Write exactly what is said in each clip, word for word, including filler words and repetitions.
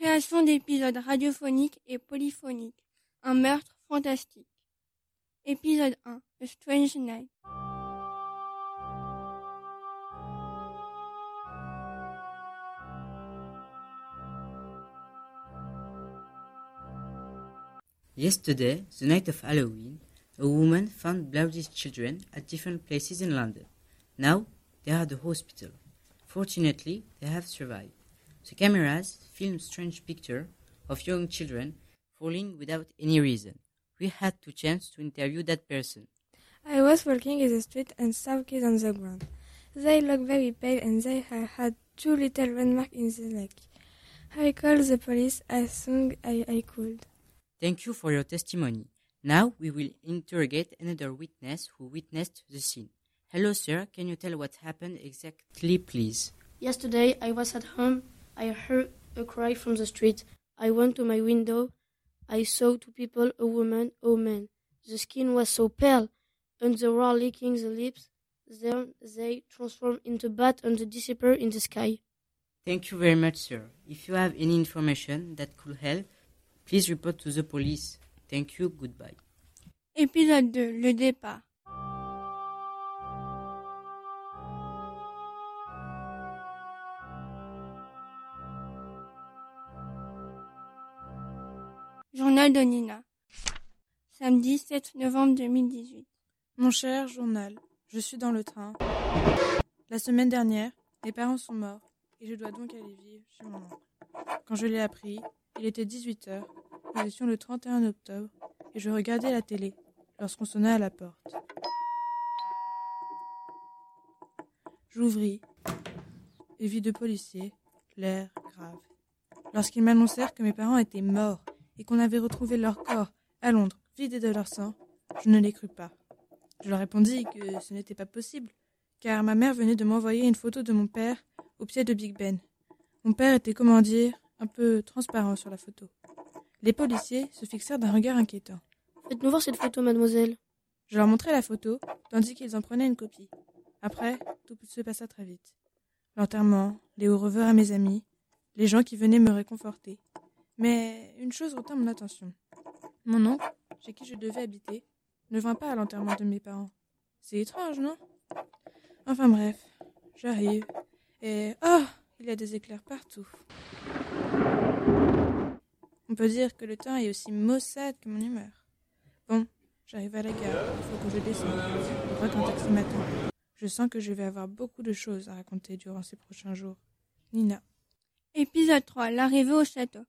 Création d'épisodes radiophoniques et polyphoniques. Un meurtre fantastique. Épisode un. A Strange Night. Yesterday, the night of Halloween, a woman found bloody children at different places in London. Now, they are at the hospital. Fortunately, they have survived. The cameras filmed strange pictures of young children falling without any reason. We had the chance to interview that person. I was walking in the street and saw kids on the ground. They looked very pale and they had two little red marks in the neck. I called the police as soon as I could. Thank you for your testimony. Now we will interrogate another witness who witnessed the scene. Hello, sir. Can you tell what happened exactly, please? Yesterday, I was at home. I heard a cry from the street. I went to my window. I saw two people, a woman, a man. The skin was so pale, and they were licking the lips. Then they transformed into bat and disappeared in the sky. Thank you very much, sir. If you have any information that could help, please report to the police. Thank you. Goodbye. Épisode deux. Le départ. Journal de Nina. Samedi sept novembre deux mille dix-huit. Mon cher journal, je suis dans le train. La semaine dernière, mes parents sont morts et je dois donc aller vivre chez mon oncle. Quand je l'ai appris, il était dix-huit heures. Nous étions le trente et un octobre et je regardais la télé lorsqu'on sonna à la porte. J'ouvris et vis deux policiers, l'air grave. Lorsqu'ils m'annoncèrent que mes parents étaient morts et qu'on avait retrouvé leur corps à Londres, vidés de leur sang, je ne les crus pas. Je leur répondis que ce n'était pas possible, car ma mère venait de m'envoyer une photo de mon père au pied de Big Ben. Mon père était, comment dire, un peu transparent sur la photo. Les policiers se fixèrent d'un regard inquiétant. Faites-nous voir cette photo, mademoiselle. Je leur montrai la photo, tandis qu'ils en prenaient une copie. Après, tout se passa très vite. L'enterrement, les au revoir à mes amis, les gens qui venaient me réconforter. Mais une chose retint mon attention. Mon oncle, chez qui je devais habiter, ne vint pas à l'enterrement de mes parents. C'est étrange, non? Enfin bref, j'arrive, et oh, il y a des éclairs partout. On peut dire que le temps est aussi maussade que mon humeur. Bon, j'arrive à la gare, il faut que je descende. Je crois qu'un taxi m'attend. Je sens que je vais avoir beaucoup de choses à raconter durant ces prochains jours. Nina. Épisode trois. L'arrivée au château.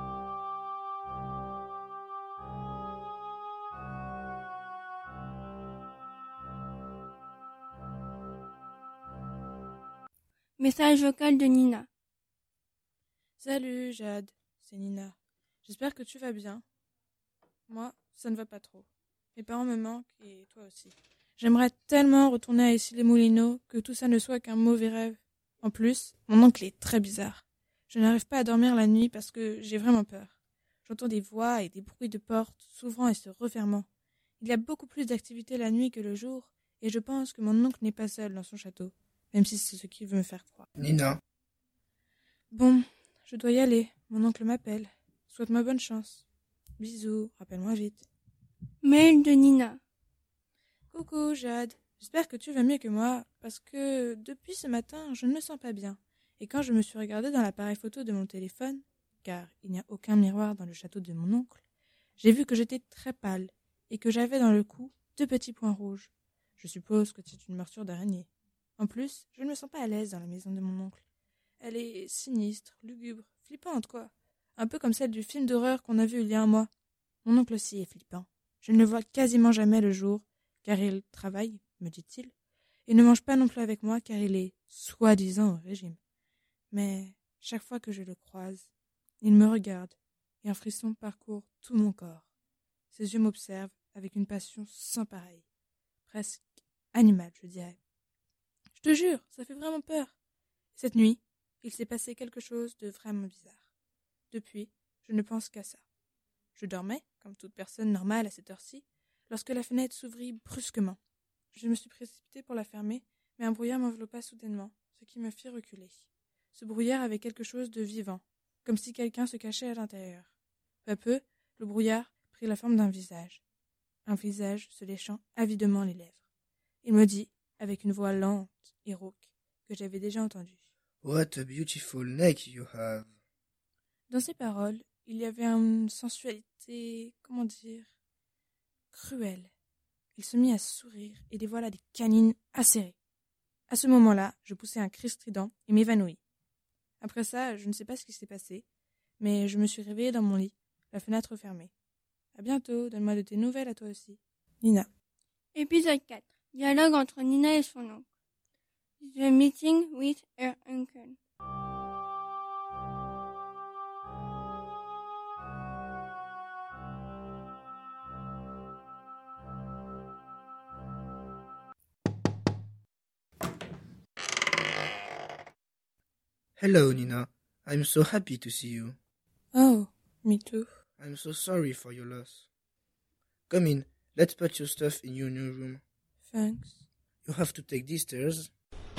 Message vocal de Nina. Salut Jade, c'est Nina. J'espère que tu vas bien. Moi, ça ne va pas trop. Mes parents me manquent et toi aussi. J'aimerais tellement retourner à Issy-les-Moulineaux que tout ça ne soit qu'un mauvais rêve. En plus, mon oncle est très bizarre. Je n'arrive pas à dormir la nuit parce que j'ai vraiment peur. J'entends des voix et des bruits de portes s'ouvrant et se refermant. Il y a beaucoup plus d'activité la nuit que le jour et je pense que mon oncle n'est pas seul dans son château, même si c'est ce qu'il veut me faire croire. Nina. Bon, je dois y aller. Mon oncle m'appelle. Souhaite-moi bonne chance. Bisous, rappelle-moi vite. Mail de Nina. Coucou Jade, j'espère que tu vas mieux que moi, parce que depuis ce matin, je ne me sens pas bien. Et quand je me suis regardée dans l'appareil photo de mon téléphone, car il n'y a aucun miroir dans le château de mon oncle, j'ai vu que j'étais très pâle et que j'avais dans le cou deux petits points rouges. Je suppose que c'est une morsure d'araignée. En plus, je ne me sens pas à l'aise dans la maison de mon oncle. Elle est sinistre, lugubre, flippante quoi. Un peu comme celle du film d'horreur qu'on a vu il y a un mois. Mon oncle aussi est flippant. Je ne le vois quasiment jamais le jour, car il travaille, me dit-il, et ne mange pas non plus avec moi car il est soi-disant au régime. Mais chaque fois que je le croise, il me regarde et un frisson parcourt tout mon corps. Ses yeux m'observent avec une passion sans pareille, presque animale, je dirais. Je te jure, ça fait vraiment peur. Cette nuit, il s'est passé quelque chose de vraiment bizarre. Depuis, je ne pense qu'à ça. Je dormais, comme toute personne normale à cette heure-ci, lorsque la fenêtre s'ouvrit brusquement. Je me suis précipitée pour la fermer, mais un brouillard m'enveloppa soudainement, ce qui me fit reculer. Ce brouillard avait quelque chose de vivant, comme si quelqu'un se cachait à l'intérieur. Peu à peu, le brouillard prit la forme d'un visage. Un visage se léchant avidement les lèvres. Il me dit, avec une voix lente et rauque, que j'avais déjà entendue. What a beautiful neck you have. Dans ces paroles, il y avait une sensualité, comment dire, cruelle. Il se mit à sourire et dévoila des canines acérées. À ce moment-là, je poussai un cri strident et m'évanouis. Après ça, je ne sais pas ce qui s'est passé, mais je me suis réveillée dans mon lit, la fenêtre fermée. À bientôt, donne-moi de tes nouvelles à toi aussi. Nina. Épisode quatre. Dialogue entre Nina et son oncle. The meeting with her uncle. Hello, Nina. I'm so happy to see you. Oh, me too. I'm so sorry for your loss. Come in. Let's put your stuff in your new room. Thanks. You have to take these stairs.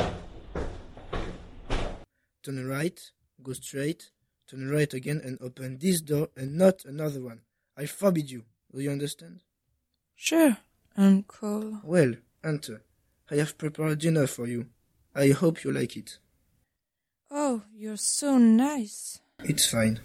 Turn right, go straight, turn right again and open this door and not another one. I forbid you. Do you understand? Sure, uncle. Well, enter. I have prepared dinner for you. I hope you like it. Oh, you're so nice. It's fine.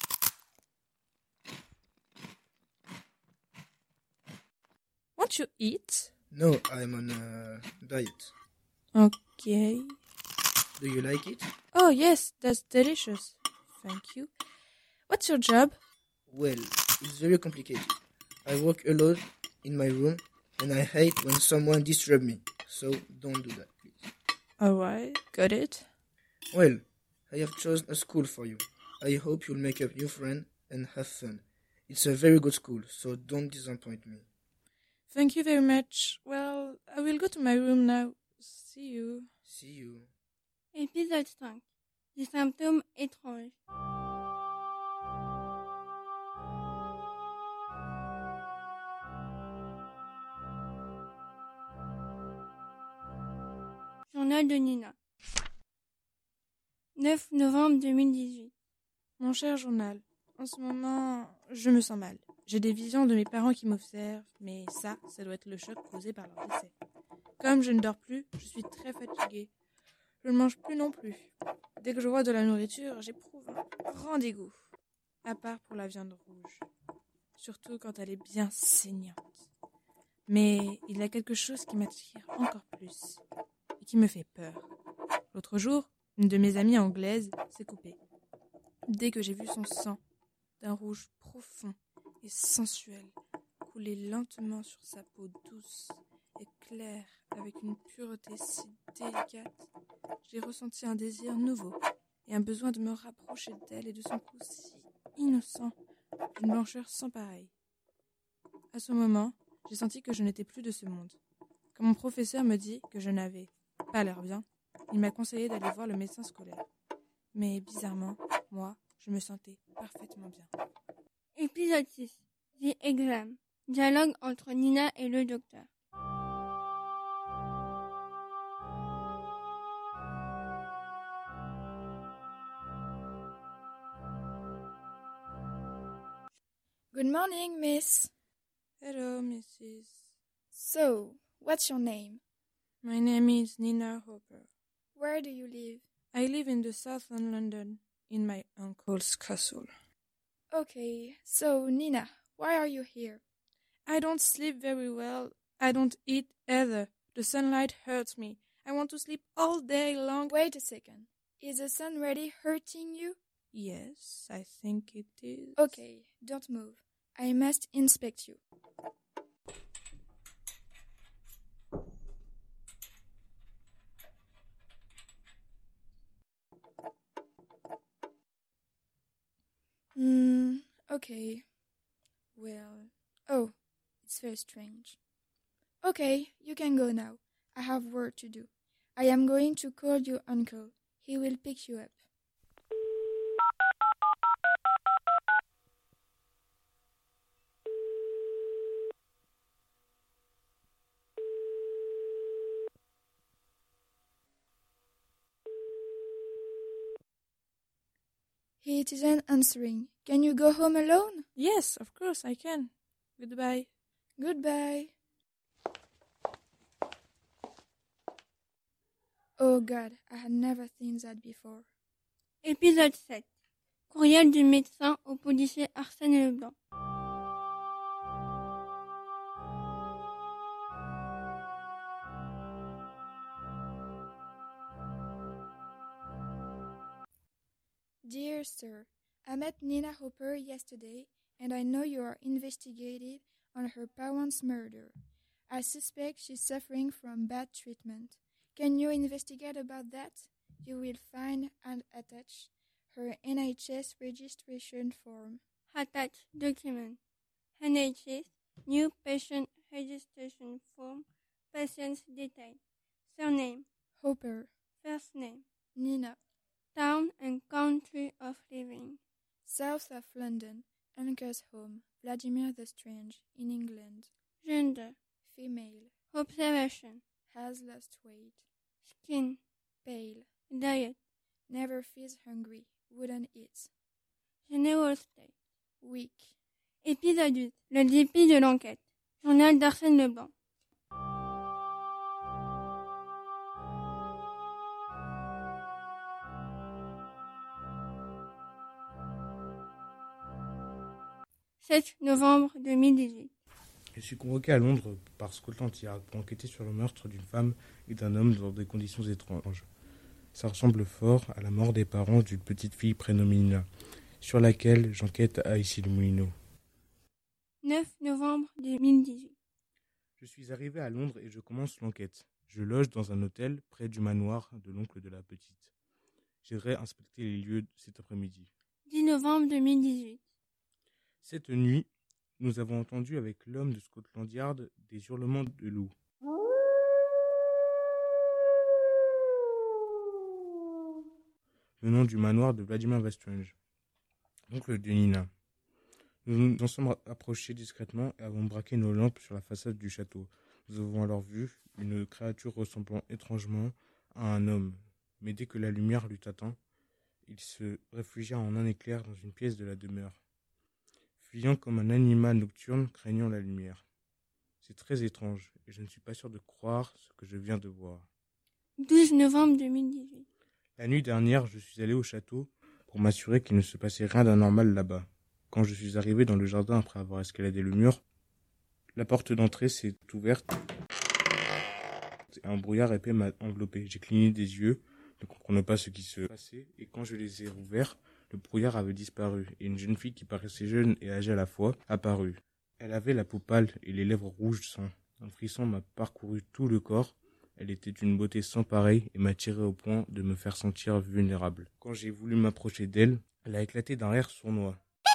Won't you eat? No, I'm on a diet. Okay. Do you like it? Oh, yes, that's delicious. Thank you. What's your job? Well, it's very complicated. I work alone in my room and I hate when someone disturbs me. So don't do that, please. Alright, got it. Well, I have chosen a school for you. I hope you'll make a new friend and have fun. It's a very good school, so don't disappoint me. Thank you very much. Well, I will go to my room now. See you. See you. Épisode cinq. Des symptômes étranges. Journal de Nina. neuf novembre deux mille dix-huit. Mon cher journal, en ce moment, je me sens mal. J'ai des visions de mes parents qui m'observent, mais ça, ça doit être le choc causé par leur décès. Comme je ne dors plus, je suis très fatiguée. Je ne mange plus non plus. Dès que je vois de la nourriture, j'éprouve un grand dégoût. À part pour la viande rouge. Surtout quand elle est bien saignante. Mais il y a quelque chose qui m'attire encore plus. Et qui me fait peur. L'autre jour, une de mes amies anglaises s'est coupée. Dès que j'ai vu son sang, d'un rouge profond et sensuel, couler lentement sur sa peau douce et claire avec une pureté si délicate, j'ai ressenti un désir nouveau et un besoin de me rapprocher d'elle et de son cou si innocent, d'une blancheur sans pareille. À ce moment, j'ai senti que je n'étais plus de ce monde. Quand mon professeur me dit que je n'avais pas l'air bien, il m'a conseillé d'aller voir le médecin scolaire. Mais bizarrement, moi, je me sentais parfaitement bien. Épisode six. The Exam. Dialogue entre Nina et le docteur. Good morning, miss. Hello, missus So, what's your name? My name is Nina Hopper. Where do you live? I live in the southern London, in my uncle's castle. Okay, so Nina, why are you here? I don't sleep very well. I don't eat either. The sunlight hurts me. I want to sleep all day long. Wait a second. Is the sun really hurting you? Yes, I think it is. Okay, don't move. I must inspect you. Hmm, okay. Well, oh, it's very strange. Okay, you can go now. I have work to do. I am going to call your uncle. He will pick you up. He isn't answering. Can you go home alone? Yes, of course I can. Goodbye. Goodbye. Oh God, I had never seen that before. Épisode sept. Courriel du médecin au policier Arsène Leblanc. Dear Sir, I met Nina Hopper yesterday, and I know you are investigating on her parents' murder. I suspect she's suffering from bad treatment. Can you investigate about that? You will find and attach her N H S registration form. Attach document. N H S New Patient Registration Form. Patient's detail. Surname. Hopper. First name. Nina. Town and country of living. South of London. Uncle's home. Vladimir the Strange. In England. Gender. Female. Observation. Has lost weight. Skin. Pale. Diet. Never feels hungry. Wouldn't eat. General state. Weak. Épisode huit. Le début de l'enquête. Journal d'Arsène Leblanc. sept novembre deux mille dix-huit. Je suis convoqué à Londres par Scotland Yard pour enquêter sur le meurtre d'une femme et d'un homme dans des conditions étranges. Ça ressemble fort à la mort des parents d'une petite fille prénommée Nina, sur laquelle j'enquête à Issy-les-Moulineaux. neuf novembre deux mille dix-huit. Je suis arrivé à Londres et je commence l'enquête. Je loge dans un hôtel près du manoir de l'oncle de la petite. J'irai inspecter les lieux cet après-midi. dix novembre deux mille dix-huit. Cette nuit, nous avons entendu avec l'homme de Scotland Yard des hurlements de loups. Venant du manoir de Vladimir the Strange, oncle de Nina. Nous nous en sommes approchés discrètement et avons braqué nos lampes sur la façade du château. Nous avons alors vu une créature ressemblant étrangement à un homme. Mais dès que la lumière l'eut atteint, il se réfugia en un éclair dans une pièce de la demeure, fuyant comme un animal nocturne craignant la lumière. C'est très étrange et je ne suis pas sûr de croire ce que je viens de voir. douze novembre deux mille dix-huit. La nuit dernière, je suis allé au château pour m'assurer qu'il ne se passait rien d'anormal là-bas. Quand je suis arrivé dans le jardin après avoir escaladé le mur, la porte d'entrée s'est ouverte et un brouillard épais m'a enveloppé. J'ai cligné des yeux, ne comprenant pas ce qui se passait, et quand je les ai rouverts, le brouillard avait disparu et une jeune fille qui paraissait jeune et âgée à la fois apparut. Elle avait la peau pâle et les lèvres rouges de sang. Un frisson m'a parcouru tout le corps. Elle était d'une beauté sans pareille et m'a tiré au point de me faire sentir vulnérable. Quand j'ai voulu m'approcher d'elle, elle a éclaté d'un rire sournois,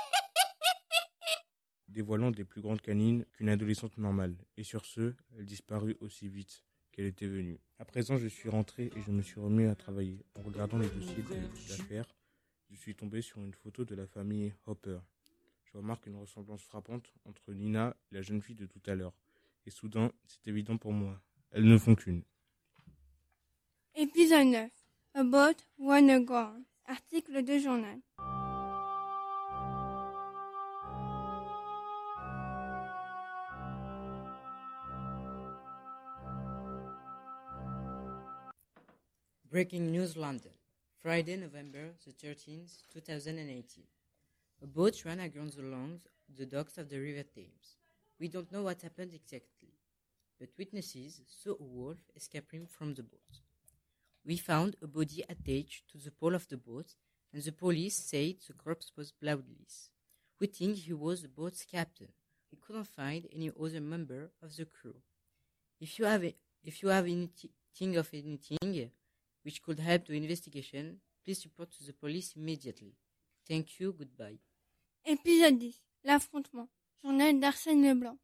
dévoilant des plus grandes canines qu'une adolescente normale. Et sur ce, elle disparut aussi vite qu'elle était venue. À présent, je suis rentré et je me suis remis à travailler. En regardant les dossiers de l'affaire, je suis tombé sur une photo de la famille Hopper. Je remarque une ressemblance frappante entre Nina et la jeune fille de tout à l'heure. Et soudain, c'est évident pour moi. Elles ne font qu'une. Épisode neuf. About One Gone. Article de journal. Breaking news London. Friday, November the thirteenth, two thousand eighteen. A boat ran aground along the docks of the River Thames. We don't know what happened exactly, but witnesses saw a wolf escaping from the boat. We found a body attached to the pole of the boat, and the police said the corpse was bloodless. We think he was the boat's captain. We couldn't find any other member of the crew. If you have, a, if you have anything of anything which could help the investigation, please report to the police immediately. Thank you, goodbye. Épisode dix. L'affrontement. Journal d'Arsène Leblanc.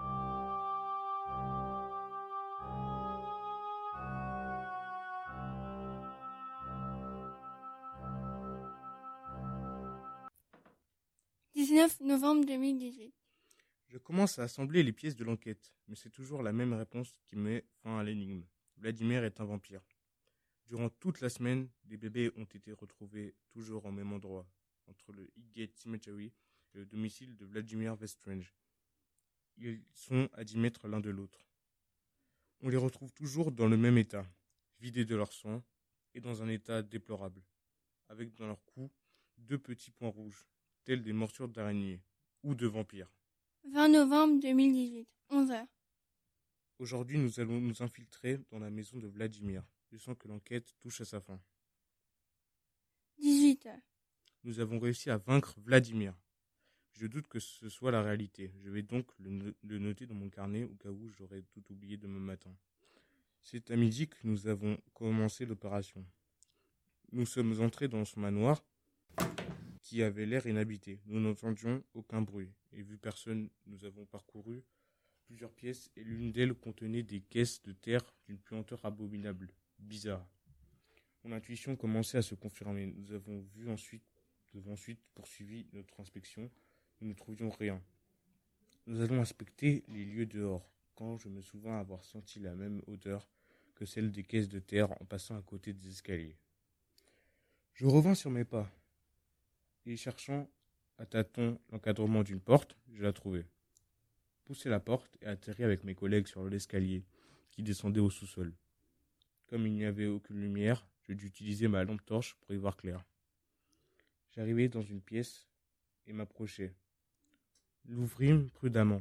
dix-neuf novembre deux mille dix-huit. Je commence à assembler les pièces de l'enquête, mais c'est toujours la même réponse qui met fin à l'énigme. Vladimir est un vampire. Durant toute la semaine, des bébés ont été retrouvés toujours au même endroit, entre le Highgate Cemetery et le domicile de Vladimir Vestrange. Ils sont à dix mètres l'un de l'autre. On les retrouve toujours dans le même état, vidés de leur sang et dans un état déplorable, avec dans leur cou deux petits points rouges, tels des morsures d'araignées ou de vampires. vingt novembre deux mille dix-huit, onze heures. Aujourd'hui, nous allons nous infiltrer dans la maison de Vladimir. Je sens que l'enquête touche à sa fin. dix-huit heures. Nous avons réussi à vaincre Vladimir. Je doute que ce soit la réalité. Je vais donc le, no- le noter dans mon carnet au cas où j'aurais tout oublié demain matin. C'est à midi que nous avons commencé l'opération. Nous sommes entrés dans son manoir qui avait l'air inhabité. Nous n'entendions aucun bruit et vu personne, nous avons parcouru plusieurs pièces et l'une d'elles contenait des caisses de terre d'une puanteur abominable, bizarre. Mon intuition commençait à se confirmer. Nous avons vu ensuite, nous avons ensuite poursuivi notre inspection. Nous ne trouvions rien. Nous allons inspecter les lieux dehors, quand je me souviens avoir senti la même odeur que celle des caisses de terre en passant à côté des escaliers. Je revins sur mes pas, et cherchant à tâtons l'encadrement d'une porte, je la trouvai. Poussai la porte et atterris avec mes collègues sur l'escalier qui descendait au sous-sol. Comme il n'y avait aucune lumière, je dû utiliser ma lampe torche pour y voir clair. J'arrivai dans une pièce et m'approchai. L'ouvrîmes prudemment,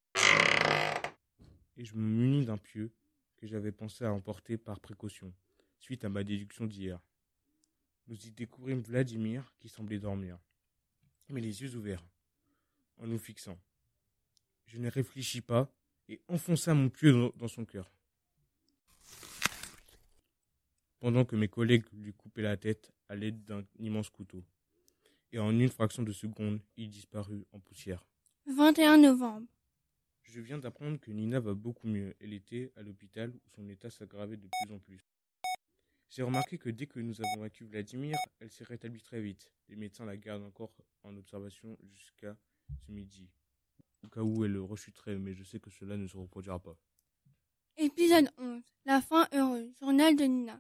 et je me munis d'un pieu que j'avais pensé à emporter par précaution, suite à ma déduction d'hier. Nous y découvrîmes Vladimir qui semblait dormir, mais les yeux ouverts, en nous fixant. Je ne réfléchis pas et enfonça mon pieu dans son cœur. Pendant que mes collègues lui coupaient la tête à l'aide d'un immense couteau. Et en une fraction de seconde, il disparut en poussière. vingt et un novembre. Je viens d'apprendre que Nina va beaucoup mieux. Elle était à l'hôpital où son état s'aggravait de plus en plus. J'ai remarqué que dès que nous avons vaincu Vladimir, elle s'est rétablie très vite. Les médecins la gardent encore en observation jusqu'à ce midi. Au cas où elle rechuterait, mais je sais que cela ne se reproduira pas. Épisode onze. La fin heureuse. Journal de Nina.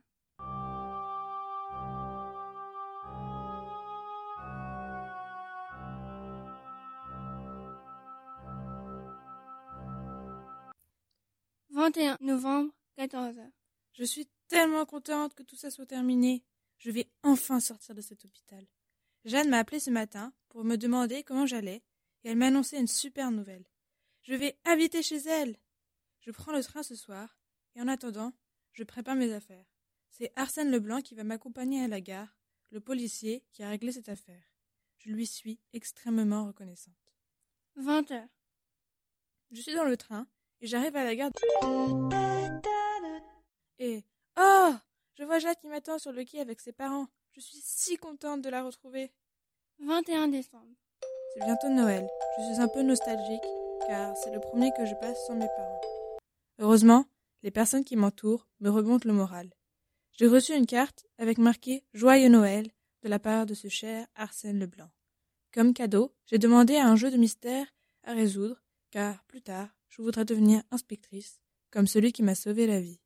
vingt et un novembre, quatorze heures. Je suis tellement contente que tout ça soit terminé. Je vais enfin sortir de cet hôpital. Jeanne m'a appelé ce matin pour me demander comment j'allais et elle m'a annoncé une super nouvelle. Je vais habiter chez elle. Je prends le train ce soir et en attendant, je prépare mes affaires. C'est Arsène Leblanc qui va m'accompagner à la gare, le policier qui a réglé cette affaire. Je lui suis extrêmement reconnaissante. vingt heures. Je suis dans le train et j'arrive à la gare. Et oh, je vois Jade qui m'attend sur le quai avec ses parents. Je suis si contente de la retrouver. vingt et un décembre. C'est bientôt Noël. Je suis un peu nostalgique car c'est le premier que je passe sans mes parents. Heureusement, les personnes qui m'entourent me remontent le moral. J'ai reçu une carte avec marqué « Joyeux Noël » de la part de ce cher Arsène Leblanc. Comme cadeau, j'ai demandé un jeu de mystère à résoudre car plus tard, je voudrais devenir inspectrice comme celui qui m'a sauvé la vie.